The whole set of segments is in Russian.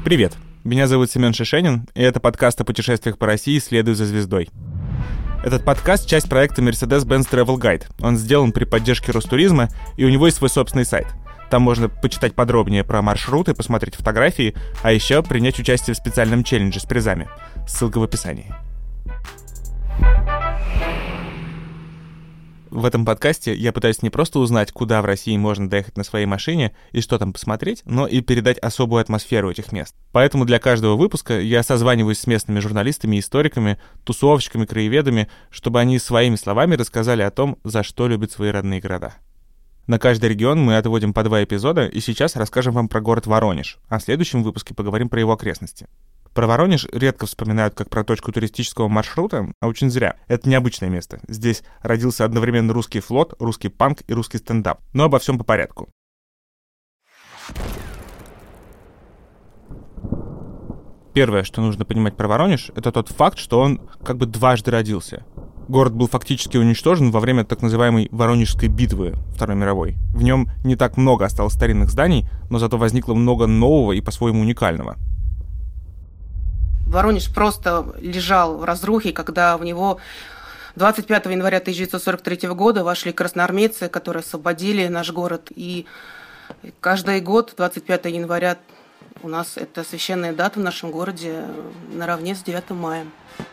Привет, меня зовут Семен Шишенин, и это подкаст о путешествиях по России «Следуй за звездой». Этот подкаст — часть проекта Mercedes-Benz Travel Guide. Он сделан при поддержке Ростуризма, и у него есть свой собственный сайт. Там можно почитать подробнее про маршруты, посмотреть фотографии, а еще принять участие в специальном челлендже с призами. Ссылка в описании. В этом подкасте я пытаюсь не просто узнать, куда в России можно доехать на своей машине и что там посмотреть, но и передать особую атмосферу этих мест. Поэтому для каждого выпуска я созваниваюсь с местными журналистами, историками, тусовщиками, краеведами, чтобы они своими словами рассказали о том, за что любят свои родные города. На каждый регион мы отводим по 2 эпизода, и сейчас расскажем вам про город Воронеж, а в следующем выпуске поговорим про его окрестности. Про Воронеж редко вспоминают как про точку туристического маршрута, а очень зря. Это необычное место. Здесь родился одновременно русский флот, русский панк и русский стендап. Но обо всем по порядку. Первое, что нужно понимать про Воронеж, это тот факт, что он как бы дважды родился. Город был фактически уничтожен во время так называемой Воронежской битвы Второй мировой. В нем не так много осталось старинных зданий, но зато возникло много нового и по-своему уникального. Воронеж просто лежал в разрухе, когда в него 25 января 1943 года вошли красноармейцы, которые освободили наш город. И каждый год 25 января у нас это священная дата в нашем городе наравне с 9 мая.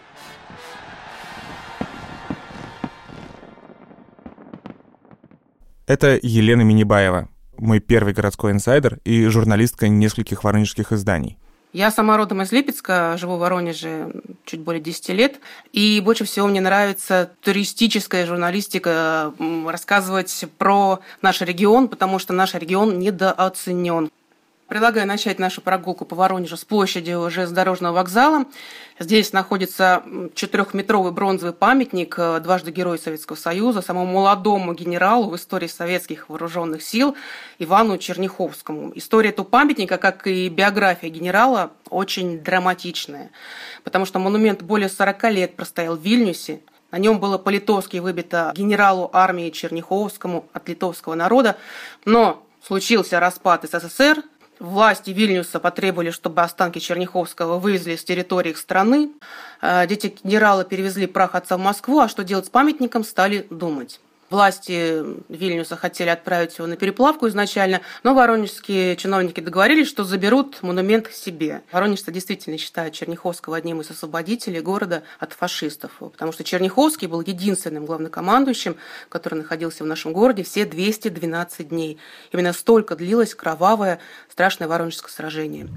Это Елена Минибаева, мой первый городской инсайдер и журналистка нескольких воронежских изданий. Я сама родом из Липецка, живу в Воронеже чуть более 10 лет, и больше всего мне нравится туристическая журналистика, рассказывать про наш регион, потому что наш регион недооценен. Предлагаю начать нашу прогулку по Воронежу с площади железнодорожного вокзала. Здесь находится 4-метровый бронзовый памятник дважды Герою Советского Союза, самому молодому генералу в истории советских вооруженных сил Ивану Черняховскому. История этого памятника, как и биография генерала, очень драматичная, потому что монумент более 40 лет простоял в Вильнюсе. На нем было по-литовски выбито генералу армии Черняховскому от литовского народа, но случился распад СССР. Власти Вильнюса потребовали, чтобы останки Черняховского вывезли с территории их страны. Дети генерала перевезли прах отца в Москву, а что делать с памятником, стали думать. Власти Вильнюса хотели отправить его на переплавку изначально, но воронежские чиновники договорились, что заберут монумент к себе. Воронежцы действительно считают Черняховского одним из освободителей города от фашистов, потому что Черняховский был единственным главнокомандующим, который находился в нашем городе все 212 дней. Именно столько длилось кровавое, страшное воронежское сражение.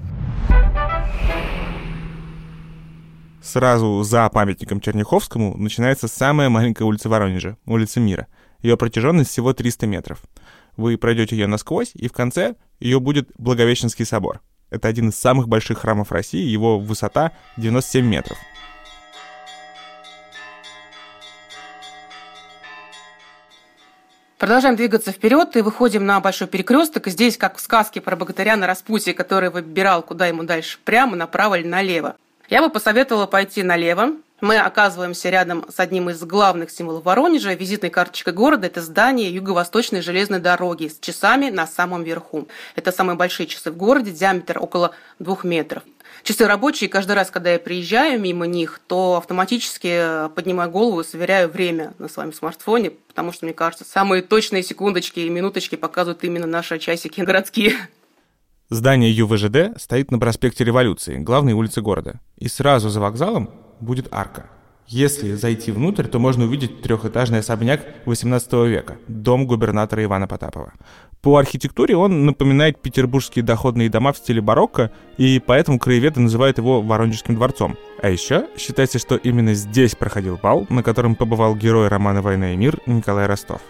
Сразу за памятником Черняховскому начинается самая маленькая улица Воронежа, улица Мира. Ее протяженность всего 300 метров. Вы пройдете ее насквозь, и в конце ее будет Благовещенский собор. Это один из самых больших храмов России, его высота 97 метров. Продолжаем двигаться вперед и выходим на большой перекресток. И здесь, как в сказке про богатыря на распутье, который выбирал, куда ему дальше, прямо, направо или налево. Я бы посоветовала пойти налево. Мы оказываемся рядом с одним из главных символов Воронежа. Визитной карточкой города – это здание Юго-Восточной железной дороги с часами на самом верху. Это самые большие часы в городе, диаметр около 2 метров. Часы рабочие, каждый раз, когда я приезжаю мимо них, то автоматически поднимаю голову и сверяю время на своем смартфоне, потому что, мне кажется, самые точные секундочки и минуточки показывают именно наши часики городские. Здание ЮВЖД стоит на проспекте Революции, главной улице города. И сразу за вокзалом будет арка. Если зайти внутрь, то можно увидеть 3-этажный особняк XVIII века, дом губернатора Ивана Потапова. По архитектуре он напоминает петербургские доходные дома в стиле барокко, и поэтому краеведы называют его Воронежским дворцом. А еще считается, что именно здесь проходил бал, на котором побывал герой романа «Война и мир» Николай Ростов.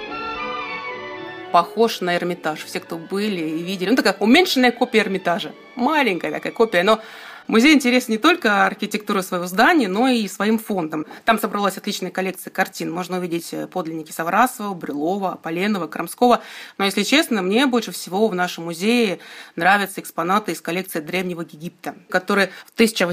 Похож на Эрмитаж. Все, кто были и видели. Такая уменьшенная копия Эрмитажа. маленькая такая копия, но музей интересен не только архитектурой своего здания, но и своим фондом. Там собралась отличная коллекция картин. Можно увидеть подлинники Саврасова, Брюлова, Поленова, Крамского. Но, если честно, мне больше всего в нашем музее нравятся экспонаты из коллекции Древнего Египта, который в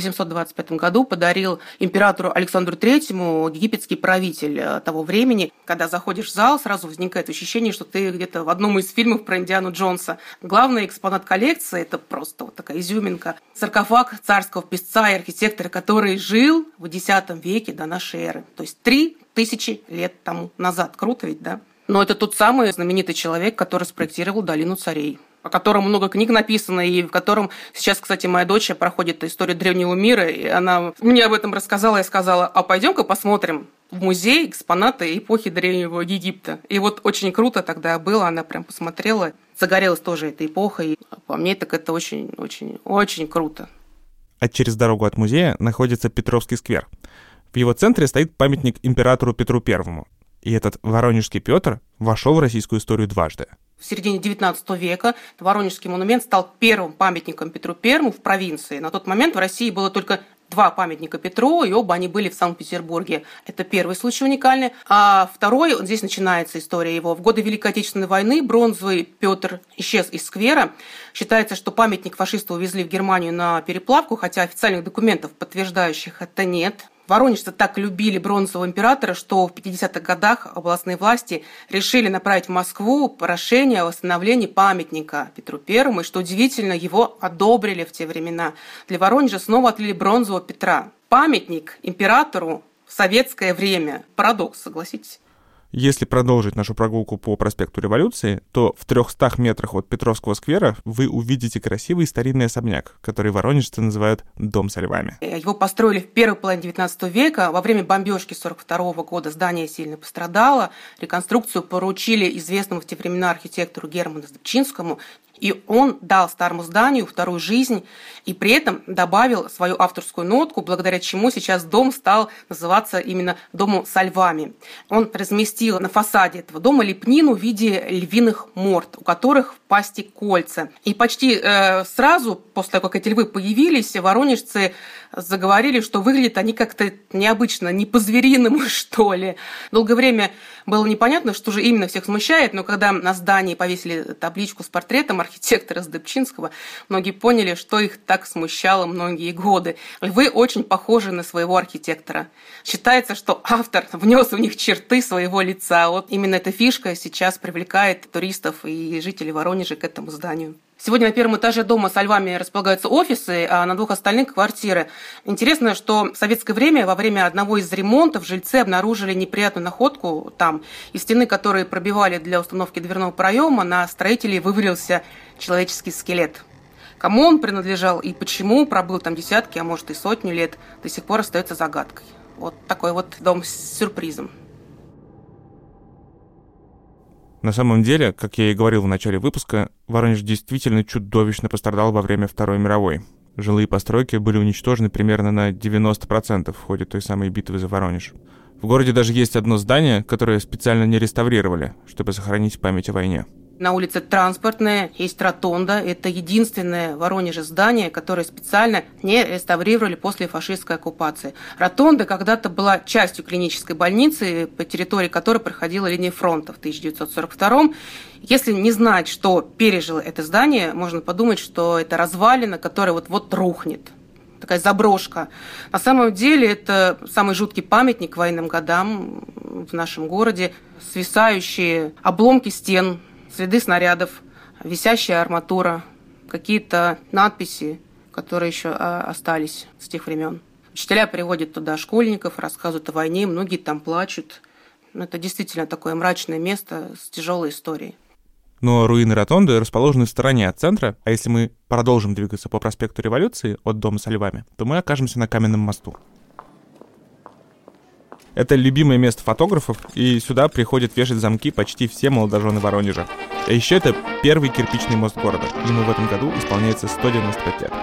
1825 году подарил императору Александру Третьему египетский правитель того времени. Когда заходишь в зал, сразу возникает ощущение, что ты где-то в одном из фильмов про Индиану Джонса. Главный экспонат коллекции – это просто вот такая изюминка. Саркофаг царского писца и архитектора, который жил в X веке до нашей эры. То есть 3000 лет тому назад. Круто ведь, да? Но это тот самый знаменитый человек, который спроектировал долину царей, о котором много книг написано, и в котором сейчас, кстати, моя дочь проходит историю древнего мира, и она мне об этом рассказала, и сказала: а пойдем-ка посмотрим в музей экспонаты эпохи Древнего Египта. И вот очень круто тогда было, она прям посмотрела, загорелась тоже этой эпохой. По мне, так это очень круто. А через дорогу от музея находится Петровский сквер. В его центре стоит памятник императору Петру Первому. И этот воронежский Петр вошел в российскую историю дважды. В середине XIX века Воронежский монумент стал первым памятником Петру Первому в провинции. На тот момент в России было только 2 памятника Петру, и оба они были в Санкт-Петербурге. Это первый случай уникальный. А второй, вот здесь начинается история его. В годы Великой Отечественной войны бронзовый Петр исчез из сквера. Считается, что памятник фашисты увезли в Германию на переплавку, хотя официальных документов, подтверждающих это, нет. Воронежцы так любили бронзового императора, что в 50-х годах областные власти решили направить в Москву прошение о восстановлении памятника Петру Первому, и, что удивительно, его одобрили в те времена. Для Воронежа снова отлили бронзового Петра. Памятник императору в советское время. Парадокс, согласитесь? Если продолжить нашу прогулку по проспекту Революции, то в 300 метрах от Петровского сквера вы увидите красивый старинный особняк, который воронежцы называют «Дом со львами». Его построили в первой половине XIX века. Во время бомбежки 1942 года здание сильно пострадало. Реконструкцию поручили известному в те времена архитектору Герману Сдобчинскому. И он дал старому зданию вторую жизнь и при этом добавил свою авторскую нотку, благодаря чему сейчас дом стал называться именно «Домом со львами». Он разместил на фасаде этого дома лепнину в виде львиных морд, у которых в пасти кольца. И почти сразу после того, как эти львы появились, воронежцы заговорили, что выглядят они как-то необычно, не по-звериному, что ли. Долгое время было непонятно, что же именно всех смущает, но когда на здании повесили табличку с портретом архитектора Сдобчинского, многие поняли, что их так смущало многие годы. Львы очень похожи на своего архитектора. Считается, что автор внес в них черты своего лица. Вот именно эта фишка сейчас привлекает туристов и жителей Воронежа к этому зданию. Сегодня на первом этаже дома со львами располагаются офисы, а на 2 остальных – квартиры. Интересно, что в советское время, во время одного из ремонтов, жильцы обнаружили неприятную находку там. Из стены, которые пробивали для установки дверного проема, на строителей вывалился человеческий скелет. Кому он принадлежал и почему пробыл там десятки, а может и сотню лет, до сих пор остается загадкой. Вот такой вот дом с сюрпризом. На самом деле, как я и говорил в начале выпуска, Воронеж действительно чудовищно пострадал во время Второй мировой. Жилые постройки были уничтожены примерно на 90% в ходе той самой битвы за Воронеж. В городе даже есть одно здание, которое специально не реставрировали, чтобы сохранить память о войне. На улице Транспортная есть ротонда. Это единственное в Воронеже здание, которое специально не реставрировали после фашистской оккупации. Ротонда когда-то была частью клинической больницы, по территории которой проходила линия фронта в 1942-м. Если не знать, что пережило это здание, можно подумать, что это развалина, которая вот-вот рухнет. Такая заброшка. На самом деле это самый жуткий памятник военным годам в нашем городе. Свисающие обломки стен, следы снарядов, висящая арматура, какие-то надписи, которые еще остались с тех времен. Учителя приводят туда школьников, рассказывают о войне, многие там плачут. Это действительно такое мрачное место с тяжелой историей. Но руины ротонды расположены в стороне от центра, а если мы продолжим двигаться по проспекту Революции от дома со львами, то мы окажемся на Каменном мосту. Это любимое место фотографов, и сюда приходят вешать замки почти все молодожены Воронежа. А еще это первый кирпичный мост города. Ему в этом году исполняется 195 лет.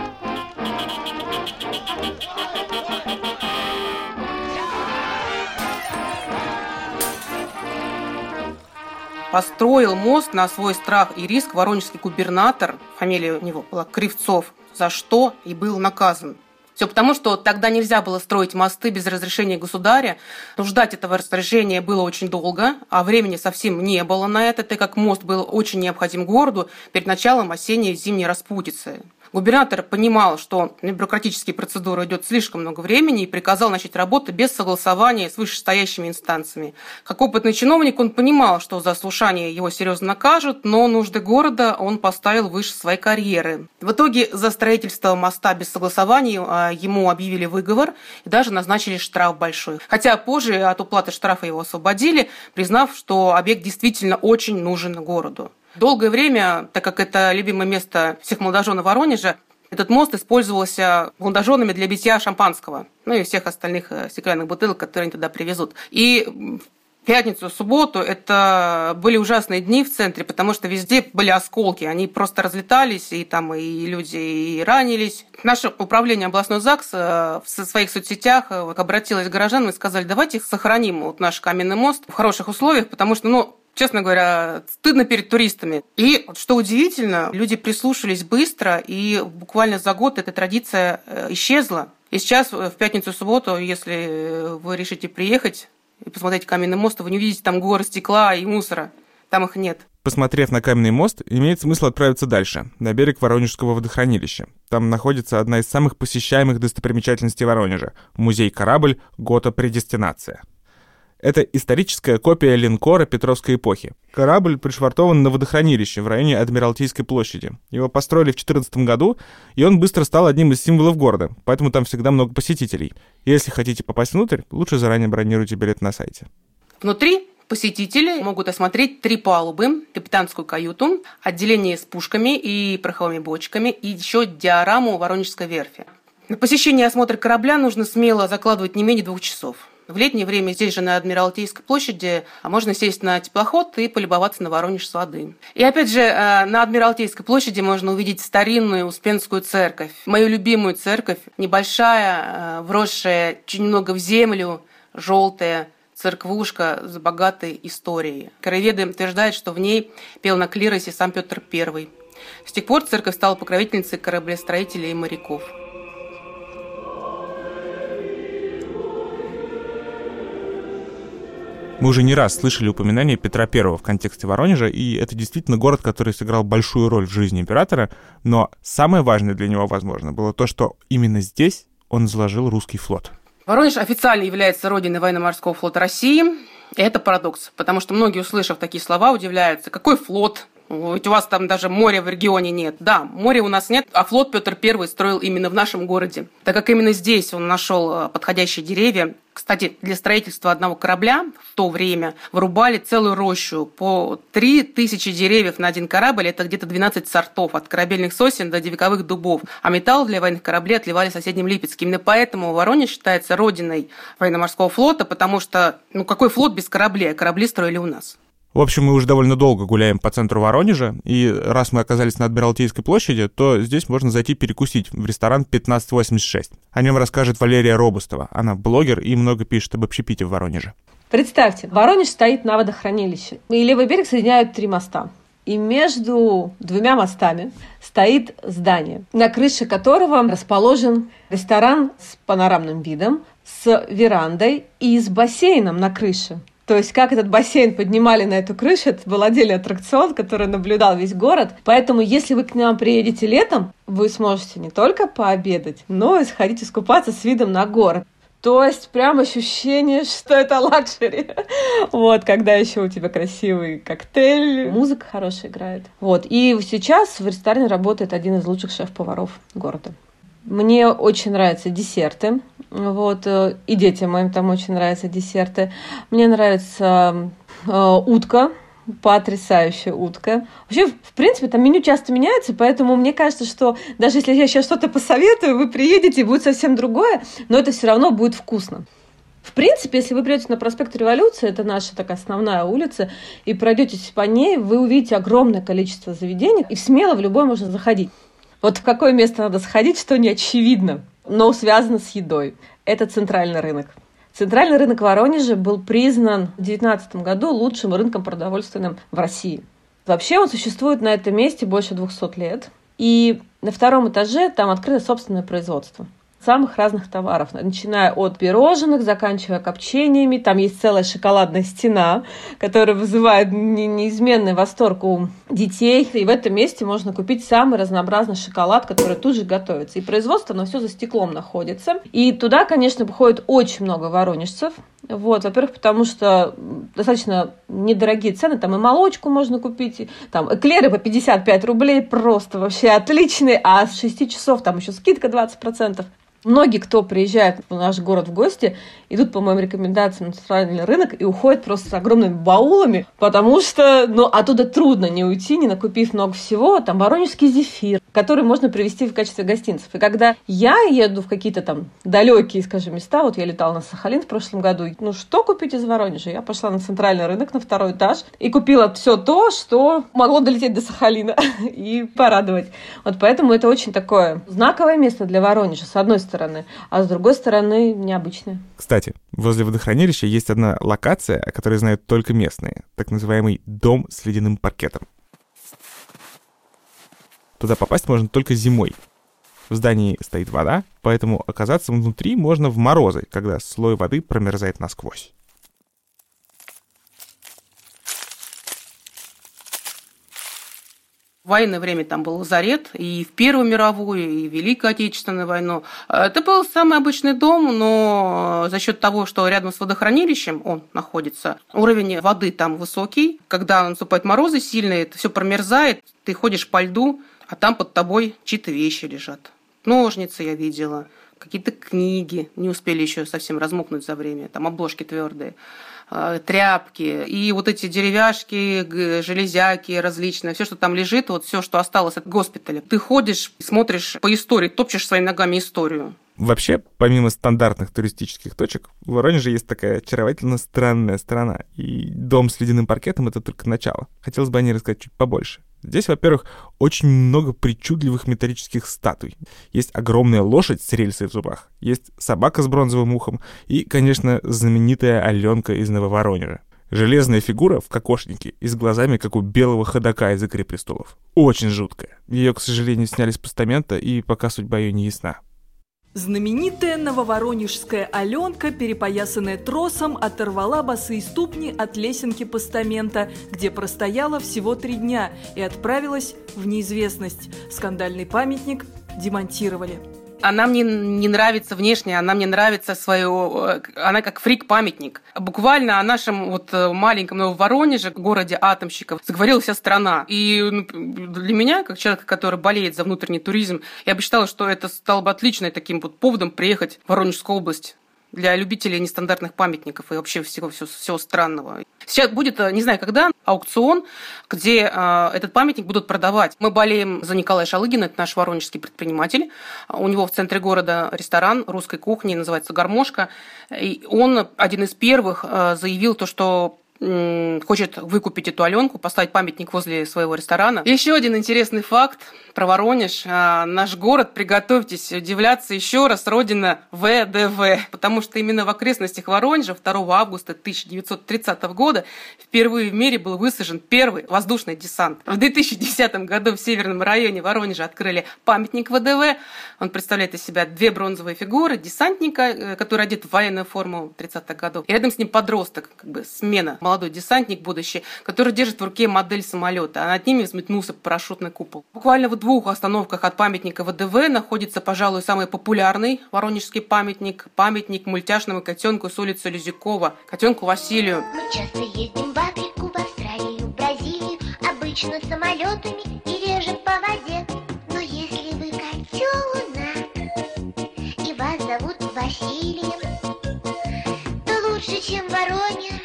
построил мост на свой страх и риск воронежский губернатор, фамилия у него была Кривцов, за что и был наказан. Все потому, что тогда нельзя было строить мосты без разрешения государя. Но ждать этого разрешения было очень долго, а времени совсем не было на это, так как мост был очень необходим городу перед началом осенней и зимней распутицы. Губернатор понимал, что на бюрократические процедуры идет слишком много времени и приказал начать работу без согласования с вышестоящими инстанциями. Как опытный чиновник он понимал, что за ослушание его серьезно накажут, но нужды города он поставил выше своей карьеры. В итоге за строительство моста без согласования ему объявили выговор и даже назначили штраф большой. Хотя позже от уплаты штрафа его освободили, признав, что объект действительно очень нужен городу. Долгое время, так как это любимое место всех молодоженов Воронежа, этот мост использовался молодоженами для битья шампанского, и всех остальных стеклянных бутылок, которые они туда привезут. И в пятницу, субботу это были ужасные дни в центре, потому что везде были осколки, они просто разлетались, и там и люди и ранились. Наше управление областной ЗАГС в своих соцсетях обратилось к горожанам и сказали, давайте сохраним наш каменный мост в хороших условиях, потому что, честно говоря, стыдно перед туристами. И, что удивительно, люди прислушались быстро, и буквально за год эта традиция исчезла. И сейчас, в пятницу и субботу, если вы решите приехать и посмотреть каменный мост, вы не увидите там горы стекла и мусора. Там их нет. Посмотрев на каменный мост, имеет смысл отправиться дальше, на берег Воронежского водохранилища. Там находится одна из самых посещаемых достопримечательностей Воронежа – музей-корабль «Гота Предестинация». Это историческая копия линкора Петровской эпохи. Корабль пришвартован на водохранилище в районе Адмиралтейской площади. Его построили в 2014 году, и он быстро стал одним из символов города, поэтому там всегда много посетителей. Если хотите попасть внутрь, лучше заранее бронируйте билет на сайте. Внутри посетители могут осмотреть 3 палубы, капитанскую каюту, отделение с пушками и пороховыми бочками, и еще диораму Воронежской верфи. На посещение и осмотр корабля нужно смело закладывать не менее 2 часов. В летнее время здесь же на Адмиралтейской площади можно сесть на теплоход и полюбоваться на Воронеж с воды. И опять же, на Адмиралтейской площади можно увидеть старинную Успенскую церковь. Мою любимую церковь, небольшая, вросшая чуть немного в землю, желтая церквушка с богатой историей. Краеведы утверждают, что в ней пел на клиросе сам Петр I. С тех пор церковь стала покровительницей кораблестроителей и моряков. Мы уже не раз слышали упоминание Петра I в контексте Воронежа, и это действительно город, который сыграл большую роль в жизни императора, но самое важное для него, возможно, было то, что именно здесь он заложил русский флот. Воронеж официально является родиной военно-морского флота России, и это парадокс, потому что многие, услышав такие слова, удивляются, какой флот? Ведь у вас там даже моря в регионе нет. Да, моря у нас нет, а флот Петр I строил именно в нашем городе, так как именно здесь он нашел подходящие деревья. Кстати, для строительства одного корабля в то время вырубали целую рощу по 3000 деревьев на один корабль. Это где-то 12 сортов, от корабельных сосен до вековых дубов. А металл для военных кораблей отливали в соседнем Липецке. Именно поэтому Воронеж считается родиной военно-морского флота, потому что, какой флот без кораблей? А корабли строили у нас. В общем, мы уже довольно долго гуляем по центру Воронежа, и раз мы оказались на Адмиралтейской площади, то здесь можно зайти перекусить в ресторан 1586. О нем расскажет Валерия Робустова. Она блогер и много пишет об общепите в Воронеже. Представьте, Воронеж стоит на водохранилище, и левый берег соединяют 3 моста. И между 2 мостами стоит здание, на крыше которого расположен ресторан с панорамным видом, с верандой и с бассейном на крыше. То есть, как этот бассейн поднимали на эту крышу, это был отдельный аттракцион, который наблюдал весь город. Поэтому, если вы к нам приедете летом, вы сможете не только пообедать, но и сходить искупаться с видом на город. То есть, прям ощущение, что это лакшери. Когда еще у тебя красивый коктейль, музыка хорошая играет. И сейчас в ресторане работает один из лучших шеф-поваров города. Мне очень нравятся десерты. И детям моим там очень нравятся десерты. Мне нравится утка, потрясающая утка. Вообще, в принципе, там меню часто меняется, поэтому мне кажется, что даже если я сейчас что-то посоветую, вы приедете, и будет совсем другое, но это все равно будет вкусно. В принципе, если вы придете на проспект Революции, это наша такая основная улица, и пройдетесь по ней, вы увидите огромное количество заведений, и смело в любое можно заходить. В какое место надо сходить, что не очевидно, но связано с едой. Это центральный рынок. Центральный рынок Воронежа был признан в 2019 году лучшим рынком продовольственным в России. Вообще он существует на этом месте больше 200 лет. И на втором этаже там открыто собственное производство самых разных товаров, начиная от пирожных, заканчивая копчениями. Там есть целая шоколадная стена, которая вызывает неизменный восторг у детей. И в этом месте можно купить самый разнообразный шоколад, который тут же готовится. И производство, оно все за стеклом находится. И туда, конечно, приходит очень много воронежцев. Во-первых, потому что достаточно недорогие цены, там и молочку можно купить, и, там эклеры по 55 рублей, просто вообще отличные, а с 6 часов там еще скидка 20%. Многие, кто приезжает в наш город в гости, идут по моим рекомендациям на центральный рынок и уходят просто с огромными баулами, потому что оттуда трудно не уйти, не накупив много всего. Там воронежский зефир, который можно привезти в качестве гостинцев. И когда я еду в какие-то там далекие, скажем, места, вот я летала на Сахалин в прошлом году, что купить из Воронежа? Я пошла на центральный рынок, на второй этаж, и купила все то, что могло долететь до Сахалина и порадовать. Вот поэтому это очень такое знаковое место для Воронежа, с одной стороны, а с другой стороны необычное. Кстати, возле водохранилища есть одна локация, о которой знают только местные, так называемый дом с ледяным паркетом. Туда попасть можно только зимой. В здании стоит вода, поэтому оказаться внутри можно в морозы, когда слой воды промерзает насквозь. В военное время там был лазарет, и в Первую мировую, и в Великую Отечественную войну. Это был самый обычный дом, но за счет того, что рядом с водохранилищем он находится, уровень воды там высокий. Когда наступают морозы сильные, это все промерзает, ты ходишь по льду, а там под тобой чьи-то вещи лежат. Ножницы я видела, какие-то книги, не успели еще совсем размокнуть за время, там обложки твердые. Тряпки и вот эти деревяшки, железяки различные, все, что там лежит, вот все, что осталось от госпиталя. Ты ходишь, смотришь по истории, топчешь своими ногами историю. Вообще, помимо стандартных туристических точек, в Воронеже есть такая очаровательно странная страна. И дом с ледяным паркетом — это только начало. Хотелось бы о ней рассказать чуть побольше. Здесь, во-первых, очень много причудливых металлических статуй. Есть огромная лошадь с рельсой в зубах, есть собака с бронзовым ухом и, конечно, знаменитая Аленка из Нововоронежа. Железная фигура в кокошнике и с глазами, как у белого ходока из «Игры престолов». Очень жуткая. Ее, к сожалению, сняли с постамента, и пока судьба ее не ясна. Знаменитая нововоронежская Аленка, перепоясанная тросом, оторвала босые ступни от лесенки постамента, где простояла всего 3 дня, и отправилась в неизвестность. Скандальный памятник демонтировали. Она мне не нравится внешне, она мне нравится она как фрик-памятник. Буквально о нашем маленьком Нововоронеже, городе атомщиков, заговорила вся страна. И для меня, как человека, который болеет за внутренний туризм, я бы считала, что это стало бы отличным таким поводом приехать в Воронежскую область для любителей нестандартных памятников и вообще всего странного. Сейчас будет, не знаю когда, аукцион, где этот памятник будут продавать. Мы болеем за Николая Шалыгина, это наш воронежский предприниматель. У него в центре города ресторан русской кухни, называется «Гармошка». И он один из первых заявил то, что хочет выкупить эту Аленку, поставить памятник возле своего ресторана. Еще один интересный факт про Воронеж. Наш город, приготовьтесь удивляться еще раз, родина ВДВ. Потому что именно в окрестностях Воронежа 2 августа 1930 года впервые в мире был высажен первый воздушный десант. В 2010 году в северном районе Воронежа открыли памятник ВДВ. Он представляет из себя 2 бронзовые фигуры десантника, который одет в военную форму 30-х годов. И рядом с ним подросток, смена, молодой десантник будущий, который держит в руке модель самолета, а над ними взметнулся парашютный купол. Буквально в 2 остановках от памятника ВДВ находится, пожалуй, самый популярный воронежский памятник мультяшному котенку с улицы Лизюкова, котенку Василию. Мы часто ездим в Африку, в Австралию, в Бразилию, обычно самолетами и реже по воде. Но если вы котенок и вас зовут Василием, то лучше, чем Воронеж,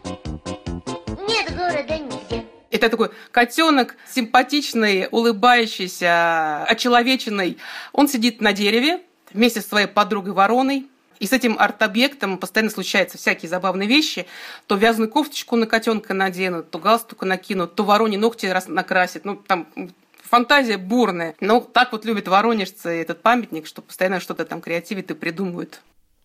нет города нигде. Это такой котенок симпатичный, улыбающийся, очеловеченный. Он сидит на дереве вместе со своей подругой Вороной. И с этим арт-объектом постоянно случаются всякие забавные вещи. То вязаную кофточку на котенка наденут, то галстук накинут, то вороне ногти накрасят. Там фантазия бурная. Но так любят воронежцы этот памятник, что постоянно что-то там креативят и придумывают.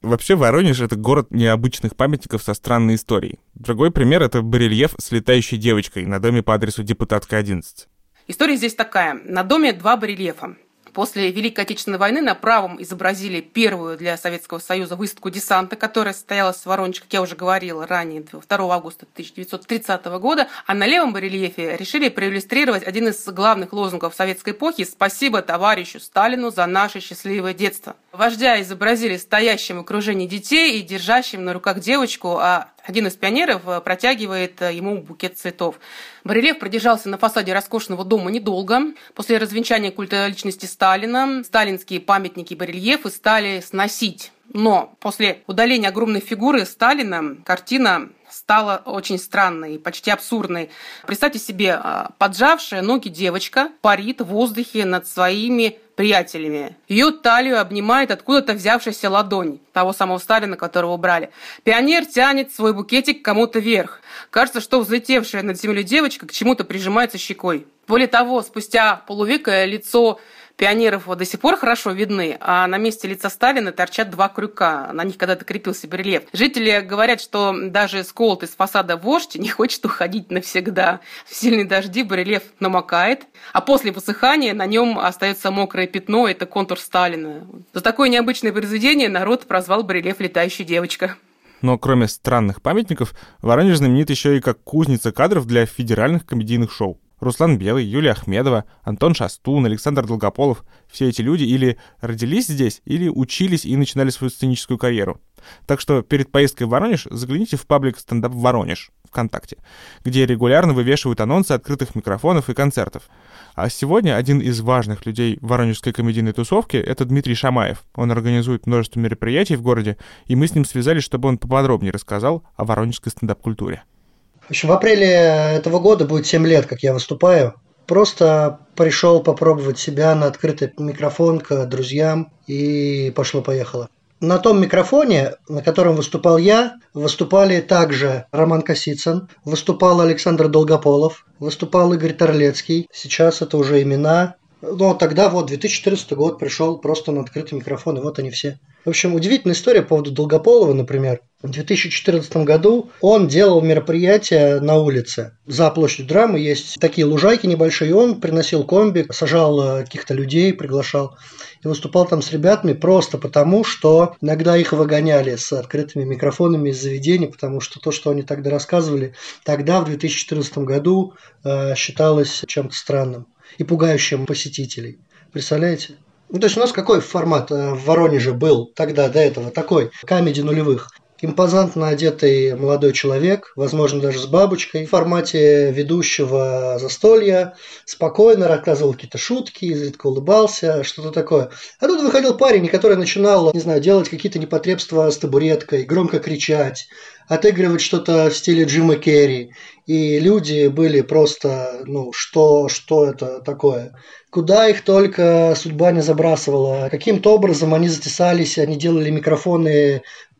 Вообще Воронеж — это город необычных памятников со странной историей. Другой пример — это барельеф с летающей девочкой на доме по адресу Депутатская, 11. История здесь такая. На доме 2 барельефа. После Великой Отечественной войны на правом изобразили первую для Советского Союза выставку десанта, которая состоялась в Воронеже, как я уже говорила ранее, 2 августа 1930 года. А на левом барельефе решили проиллюстрировать один из главных лозунгов советской эпохи «Спасибо товарищу Сталину за наше счастливое детство». Вождя изобразили стоящим в окружении детей и держащим на руках девочку, а один из пионеров протягивает ему букет цветов. Барельеф продержался на фасаде роскошного дома недолго. После развенчания культа личности Сталина сталинские памятники и барельефы стали сносить. Но после удаления огромной фигуры Сталина картина стала очень странной и почти абсурдной. Представьте себе, поджавшая ноги девочка парит в воздухе над своими приятелями. Ее талию обнимает откуда-то взявшаяся ладонь того самого Сталина, которого убрали. Пионер тянет свой букетик кому-то вверх. Кажется, что взлетевшая над землей девочка к чему-то прижимается щекой. Более того, спустя полувека лицо пионеров до сих пор хорошо видны, а на месте лица Сталина торчат 2 крюка. На них когда-то крепился барельеф. Жители говорят, что даже сколотый с фасада вождь не хочет уходить навсегда. В сильные дожди барельеф намокает, а после высыхания на нем остается мокрое пятно, это контур Сталина. За такое необычное произведение народ прозвал барельеф «Летающая девочка». Но кроме странных памятников, Воронеж знаменит еще и как кузница кадров для федеральных комедийных шоу. Руслан Белый, Юлия Ахмедова, Антон Шастун, Александр Долгополов — все эти люди или родились здесь, или учились и начинали свою сценическую карьеру. Так что перед поездкой в Воронеж загляните в паблик «Стендап Воронеж» ВКонтакте, где регулярно вывешивают анонсы открытых микрофонов и концертов. А сегодня один из важных людей воронежской комедийной тусовки — это Дмитрий Шамаев. Он организует множество мероприятий в городе, и мы с ним связались, чтобы он поподробнее рассказал о воронежской стендап-культуре. В общем, в апреле этого года будет 7 лет, как я выступаю. Просто пришел попробовать себя на открытый микрофон к друзьям, и пошло-поехало. На том микрофоне, на котором выступал я, выступали также Роман Косицын, выступал Александр Долгополов, выступал Игорь Торлецкий. Сейчас это уже имена. Но тогда 2014 год пришел просто на открытый микрофон, и вот они все. В общем, удивительная история по поводу Долгополова, например. В 2014 году он делал мероприятие на улице. За площадью Драмы есть такие лужайки небольшие, и он приносил комби, сажал каких-то людей, приглашал. И выступал там с ребятами просто потому, что иногда их выгоняли с открытыми микрофонами из заведений, потому что то, что они тогда рассказывали, тогда, в 2014 году, считалось чем-то странным и пугающим посетителей. Представляете? Ну, то есть у нас какой формат в Воронеже был тогда, до этого? Такой, комедий нулевых. Импозантно одетый молодой человек, возможно, даже с бабочкой, в формате ведущего застолья, спокойно рассказывал какие-то шутки, изредка улыбался, что-то такое. А тут выходил парень, который начинал, не знаю, делать какие-то непотребства с табуреткой, громко кричать, отыгрывать что-то в стиле Джима Керри. И люди были просто, что это такое? Куда их только судьба не забрасывала. Каким-то образом они затесались, они делали микрофоны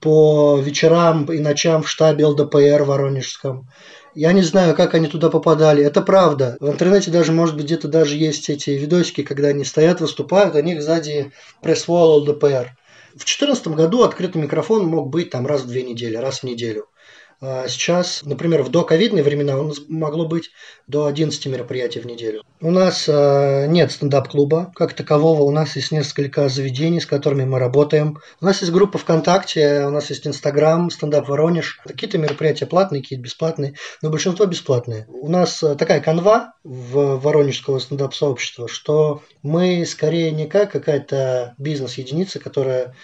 по вечерам и ночам в штабе ЛДПР воронежском. Я не знаю, как они туда попадали. Это правда. В интернете даже, может быть, где-то даже есть эти видосики, когда они стоят, выступают, у них сзади пресс-вол ЛДПР. В 2014 году открытый микрофон мог быть там раз в 2 недели, раз в неделю. А сейчас, например, в доковидные времена у нас могло быть до 11 мероприятий в неделю. У нас нет стендап-клуба как такового, у нас есть несколько заведений, с которыми мы работаем. У нас есть группа ВКонтакте, у нас есть Инстаграм, Стендап Воронеж. Какие-то мероприятия платные, какие-то бесплатные, но большинство бесплатные. У нас такая канва в воронежского стендап-сообщества, что мы скорее не как какая-то бизнес-единица, которая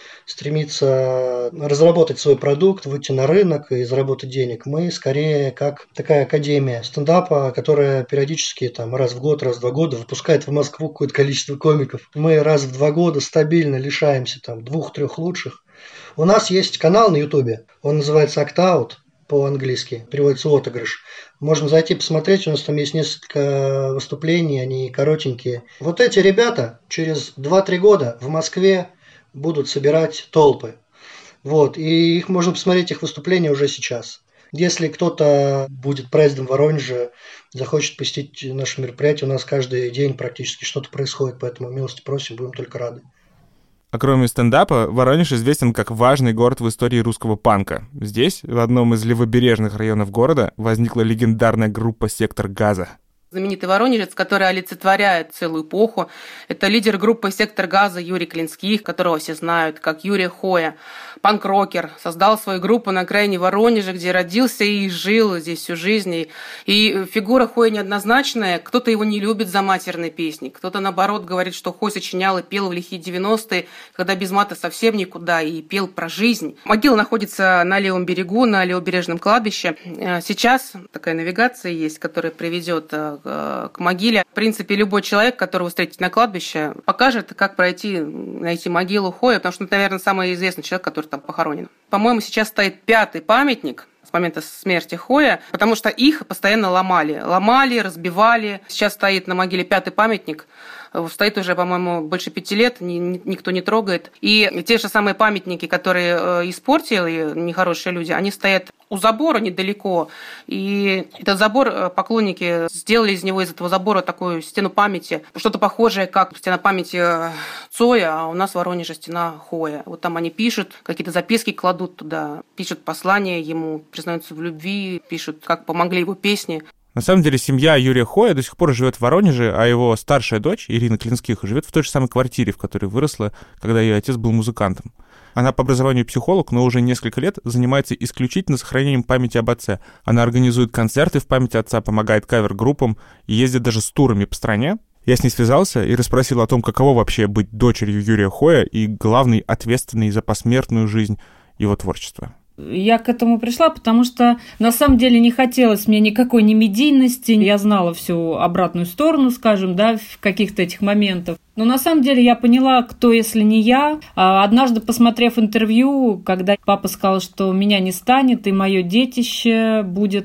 стремится разработать свой продукт, выйти на рынок и заработать денег. Мы скорее как такая академия стендапа, которая периодически там раз в год, раз в 2 года выпускает в Москву какое-то количество комиков. Мы раз в 2 года стабильно лишаемся там 2-3 лучших. У нас есть канал на Ютубе, он называется Act Out по-английски, переводится «отыгрыш». Можно зайти посмотреть, у нас там есть несколько выступлений, они коротенькие. Вот эти ребята через 2-3 года в Москве будут собирать толпы. Вот, и их можно посмотреть, их выступления уже сейчас. Если кто-то будет проездом в Воронеже, захочет посетить наше мероприятие, у нас каждый день практически что-то происходит, поэтому милости просим, будем только рады. А кроме стендапа, Воронеж известен как важный город в истории русского панка. Здесь, в одном из левобережных районов города, возникла легендарная группа «Сектор Газа». Знаменитый воронежец, который олицетворяет целую эпоху. Это лидер группы «Сектор Газа» Юрий Клинских, которого все знают как Юрия Хоя. Панк-рокер. Создал свою группу на окраине Воронежа, где родился и жил здесь всю жизнь. И фигура Хоя неоднозначная. Кто-то его не любит за матерные песни. Кто-то, наоборот, говорит, что Хой сочинял и пел в лихие 90-е, когда без мата совсем никуда, и пел про жизнь. Могила находится на левом берегу, на левобережном кладбище. Сейчас такая навигация есть, которая приведет к могиле. В принципе, любой человек, которого вы встретите на кладбище, покажет, как найти могилу Хоя, потому что, наверное, самый известный человек, который там похоронен. По-моему, сейчас стоит 5-й памятник с момента смерти Хоя, потому что их постоянно ломали, разбивали. Сейчас стоит на могиле 5-й памятник. Стоит уже, по-моему, больше 5 лет, никто не трогает. И те же самые памятники, которые испортили нехорошие люди, они стоят у забора недалеко. И этот забор поклонники сделали из этого забора такую стену памяти. Что-то похожее, как стена памяти Цоя, а у нас в Воронеже стена Хоя. Вот там они пишут, какие-то записки кладут туда, пишут послания ему, признаются в любви, пишут, как помогли его песни. На самом деле, семья Юрия Хоя до сих пор живет в Воронеже, а его старшая дочь, Ирина Клинских, живет в той же самой квартире, в которой выросла, когда ее отец был музыкантом. Она по образованию психолог, но уже несколько лет занимается исключительно сохранением памяти об отце. Она организует концерты в память отца, помогает кавер-группам и ездит даже с турами по стране. Я с ней связался и расспросил о том, каково вообще быть дочерью Юрия Хоя и главной ответственной за посмертную жизнь его творчества. Я к этому пришла, потому что на самом деле не хотелось мне никакой медийности. Я знала всю обратную сторону, скажем, да, в каких-то этих моментах. Но на самом деле я поняла, кто, если не я. Однажды, посмотрев интервью, когда папа сказал, что меня не станет, и мое детище будет,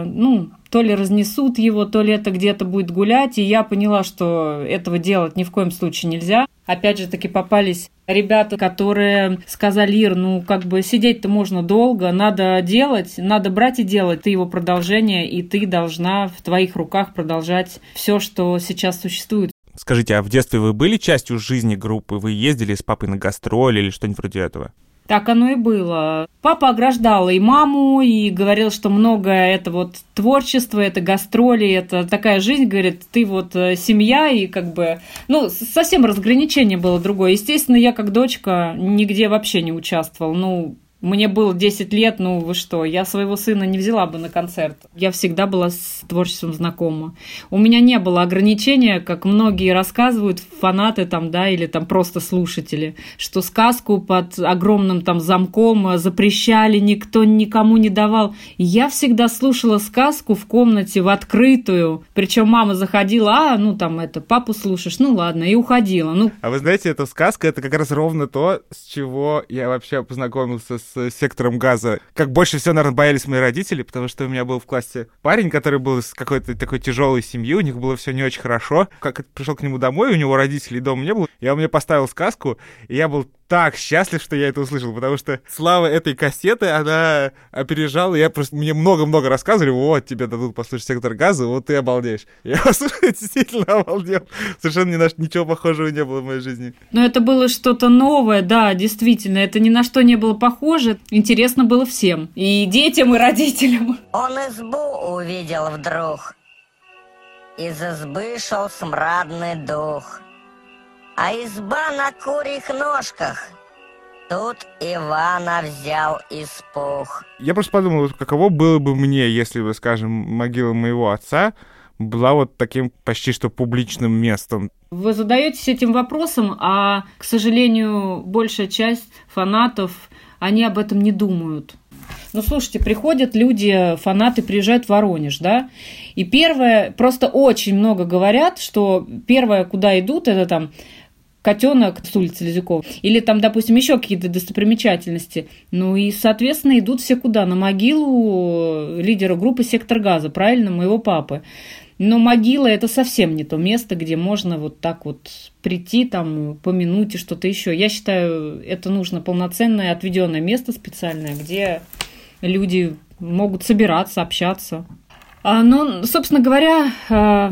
то ли разнесут его, то ли это где-то будет гулять. И я поняла, что этого делать ни в коем случае нельзя. Опять же таки попались ребята, которые сказали: Ир, сидеть-то можно долго, надо делать, надо брать и делать. Ты его продолжение, и ты должна в твоих руках продолжать все, что сейчас существует. Скажите, а в детстве вы были частью жизни группы? Вы ездили с папой на гастроли или что-нибудь вроде этого? Так оно и было. Папа ограждал и маму, и говорил, что многое это вот творчество, это гастроли, это такая жизнь, говорит, ты вот семья, и совсем разграничение было другое. Естественно, я как дочка нигде вообще не участвовал. Мне было 10 лет, вы что, я своего сына не взяла бы на концерт. Я всегда была с творчеством знакома. У меня не было ограничения, как многие рассказывают, фанаты или просто слушатели, что сказку под огромным замком запрещали, никто никому не давал. Я всегда слушала сказку в комнате, в открытую. Причем мама заходила, папу слушаешь, ладно, и уходила. А вы знаете, эта сказка, это как раз ровно то, с чего я вообще познакомился с сектором газа. Как больше всего, наверное, боялись мои родители, потому что у меня был в классе парень, который был из какой-то такой тяжелой семьи, у них было все не очень хорошо. Как пришел к нему домой, у него родителей дома не было, и он мне поставил сказку, и я был так счастлив, что я это услышал, потому что слава этой кассеты, она опережала, мне много-много рассказывали, вот, тебе дадут послушать «Сектор газа», вот ты обалдеешь. Я действительно обалдел. Совершенно ничего похожего не было в моей жизни. Но это было что-то новое, да, действительно, это ни на что не было похоже. Интересно было всем, и детям, и родителям. Он избу увидел вдруг, из избы шел смрадный дух. А изба на курьих ножках. Тут Ивана взял испуг. Я просто подумал, каково было бы мне, если бы, скажем, могила моего отца была вот таким почти что публичным местом. Вы задаетесь этим вопросом, а, к сожалению, большая часть фанатов, они об этом не думают. Слушайте, приходят люди, фанаты приезжают в Воронеж, да, и первое, просто очень много говорят, что первое, куда идут, это котенок с улицы Лизюкова, или допустим, еще какие-то достопримечательности. И, соответственно, идут все куда? На могилу лидера группы «Сектор Газа», правильно, моего папы. Но могила – это совсем не то место, где можно вот так вот прийти, помянуть и что-то еще. Я считаю, это нужно полноценное отведенное место специальное, где люди могут собираться, общаться. Собственно говоря,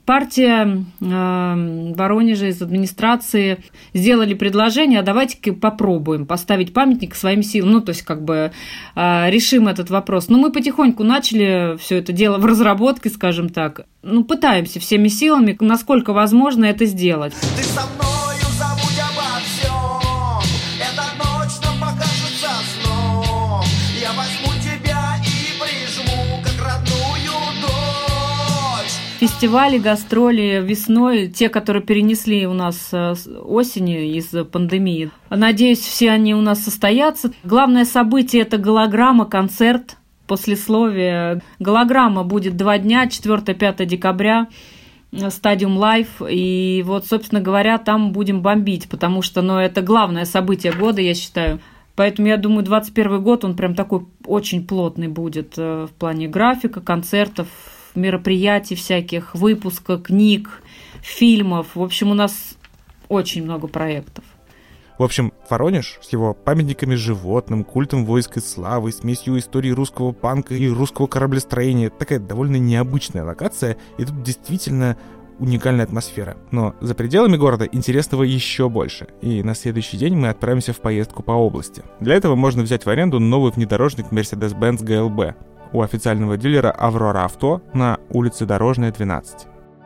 партия Воронежа из администрации сделали предложение, а давайте-ка попробуем поставить памятник своим силам, ну, то есть как бы решим этот вопрос. Но мы потихоньку начали все это дело в разработке, скажем так. Ну, пытаемся всеми силами, насколько возможно, это сделать. Ты со мною забудь обо всем, эта ночь нам покажется сном. Я возьму тебя и прижму, как родную дочь. Фестивали, гастроли весной, те, которые перенесли у нас осенью из пандемии. Надеюсь, все они у нас состоятся. Главное событие – это голограмма, концерт, послесловие. Голограмма будет 2 дня, 4-5 декабря. Стадиум Лайф, и вот, собственно говоря, там будем бомбить, потому что, ну, это главное событие года, я считаю. Поэтому, я думаю, 2021 год, он прям такой очень плотный будет в плане графика, концертов, мероприятий всяких, выпуска, книг, фильмов. В общем, у нас очень много проектов. В общем, Воронеж с его памятниками животным, культом воинской славы, смесью истории русского панка и русского кораблестроения. Такая довольно необычная локация, и тут действительно уникальная атмосфера. Но за пределами города интересного еще больше, и на следующий день мы отправимся в поездку по области. Для этого можно взять в аренду новый внедорожник Mercedes-Benz GLB у официального дилера «Аврора Авто» на улице Дорожная, 12.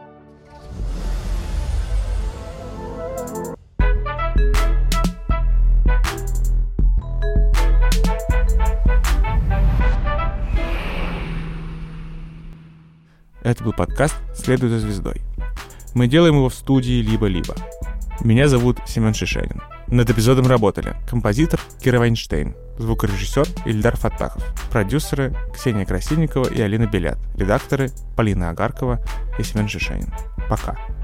Это был подкаст «Следуй за звездой». Мы делаем его в студии «Либо-либо». Меня зовут Семен Шишенин. Над эпизодом работали композитор Кира Вайнштейн, звукорежиссер Ильдар Фаттахов, продюсеры Ксения Красильникова и Алина Белят, редакторы Полина Агаркова и Семен Шишенин. Пока.